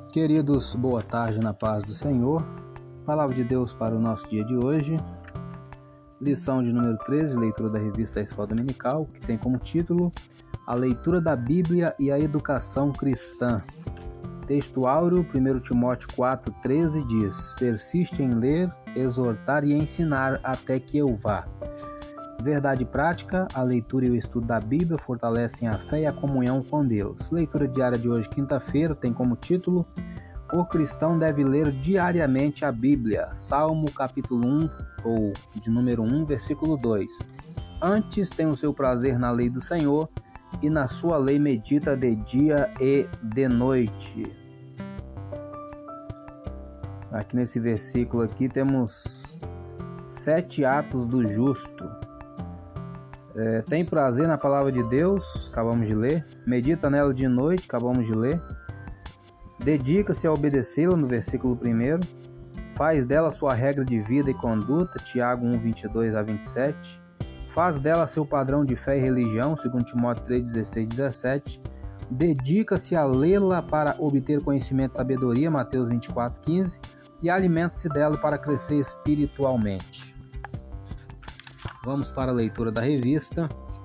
Queridos, boa tarde na paz do Senhor. Palavra de Deus para o nosso dia de hoje. Lição de número 13, leitura da revista da Escola Dominical, que tem como título A Leitura da Bíblia e a Educação Cristã. Texto áureo, 1 Timóteo 4,13 diz: Persiste em ler, exortar e ensinar até que eu vá. Verdade prática, a leitura e o estudo da Bíblia fortalecem a fé e a comunhão com Deus. Leitura diária de hoje, quinta-feira, tem como título O cristão deve ler diariamente a Bíblia. Salmo capítulo 1, ou de número 1, versículo 2. Antes tem o seu prazer na lei do Senhor, e na sua lei medita de dia e de noite. Aqui nesse versículo aqui temos 7 atos do justo. Tem prazer na palavra de Deus, acabamos de ler. Medita nela de noite, acabamos de ler. Dedica-se a obedecê-la, no versículo 1. Faz dela sua regra de vida e conduta, Tiago 1, 22 a 27. Faz dela seu padrão de fé e religião, 2 Timóteo 3, 16 e 17. Dedica-se a lê-la para obter conhecimento e sabedoria, Mateus 24, 15. E alimenta-se dela para crescer espiritualmente. Vamos para a leitura da revista.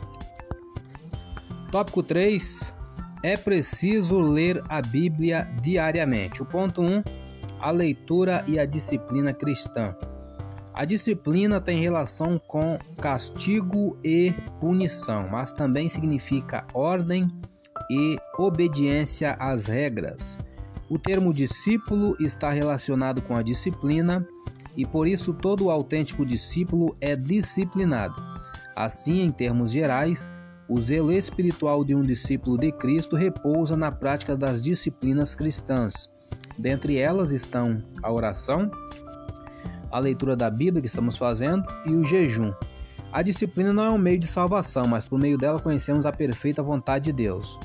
Tópico 3. É preciso ler a Bíblia diariamente. O ponto 1. A leitura e a disciplina cristã. A disciplina tem relação com castigo e punição, mas também significa ordem e obediência às regras. O termo discípulo está relacionado com a disciplina, e por isso todo autêntico discípulo é disciplinado. Assim, em termos gerais, o zelo espiritual de um discípulo de Cristo repousa na prática das disciplinas cristãs. Dentre elas estão a oração, a leitura da Bíblia que estamos fazendo e o jejum. A disciplina não é um meio de salvação, mas por meio dela conhecemos a perfeita vontade de Deus.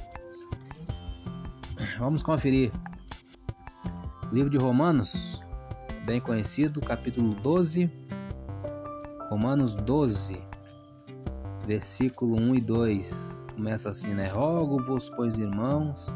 Vamos conferir. Livro de Romanos, bem conhecido, capítulo 12, Romanos 12, versículo 1 e 2, começa assim, né? Rogo-vos, pois, irmãos,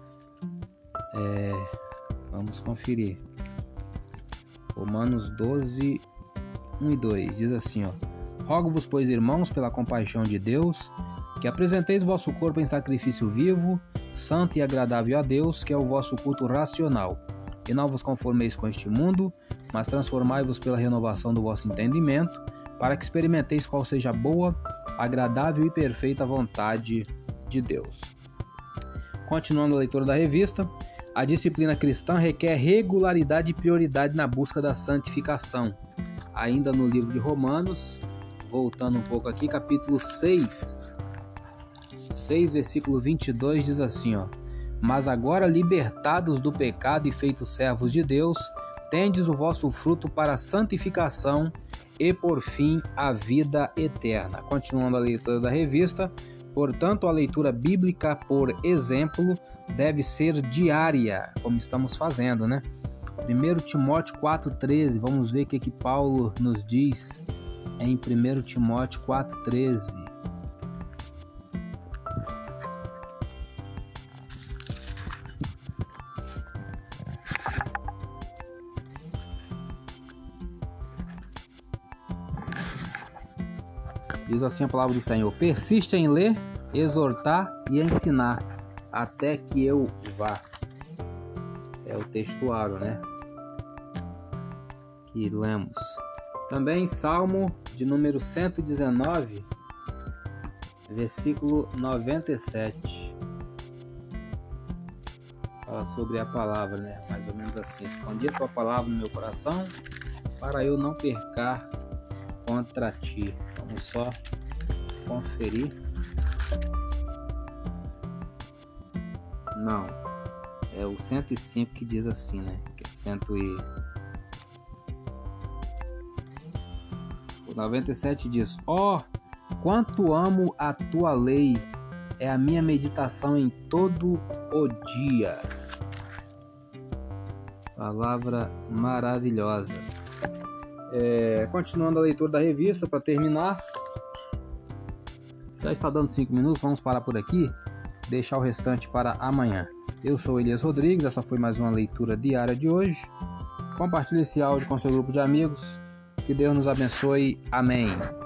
vamos conferir, Romanos 12, 1 e 2, diz assim, Rogo-vos, pois, irmãos, pela compaixão de Deus, que apresenteis vosso corpo em sacrifício vivo, santo e agradável a Deus, que é o vosso culto racional. E não vos conformeis com este mundo, mas transformai-vos pela renovação do vosso entendimento, para que experimenteis qual seja a boa, agradável e perfeita vontade de Deus. Continuando a leitura da revista, a disciplina cristã requer regularidade e prioridade na busca da santificação. Ainda no livro de Romanos, voltando um pouco aqui, capítulo 6, versículo 22, diz assim, Mas agora, libertados do pecado e feitos servos de Deus, tendes o vosso fruto para a santificação e, por fim, a vida eterna. Continuando a leitura da revista, portanto, a leitura bíblica, por exemplo, deve ser diária, como estamos fazendo, né? 1 Timóteo 4,13, vamos ver o que Paulo nos diz em 1 Timóteo 4,13. Diz assim a palavra do Senhor: Persiste em ler, exortar e ensinar, até que eu vá. É o textuário, né? Que lemos. Também Salmo de número 119, versículo 97. Fala sobre a palavra, né? Mais ou menos assim: Escondi a tua palavra no meu coração, para eu não pecar contra ti. Vamos só conferir. Não, é o 105 que diz assim, né? Que é O 97 diz: quanto amo a tua lei, é a minha meditação em todo o dia. Palavra maravilhosa. Continuando a leitura da revista, para terminar, já está dando 5 minutos, vamos parar por aqui, deixar o restante para amanhã. Eu sou Elias Rodrigues, essa foi mais uma leitura diária de hoje. Compartilhe esse áudio com seu grupo de amigos. Que Deus nos abençoe. Amém.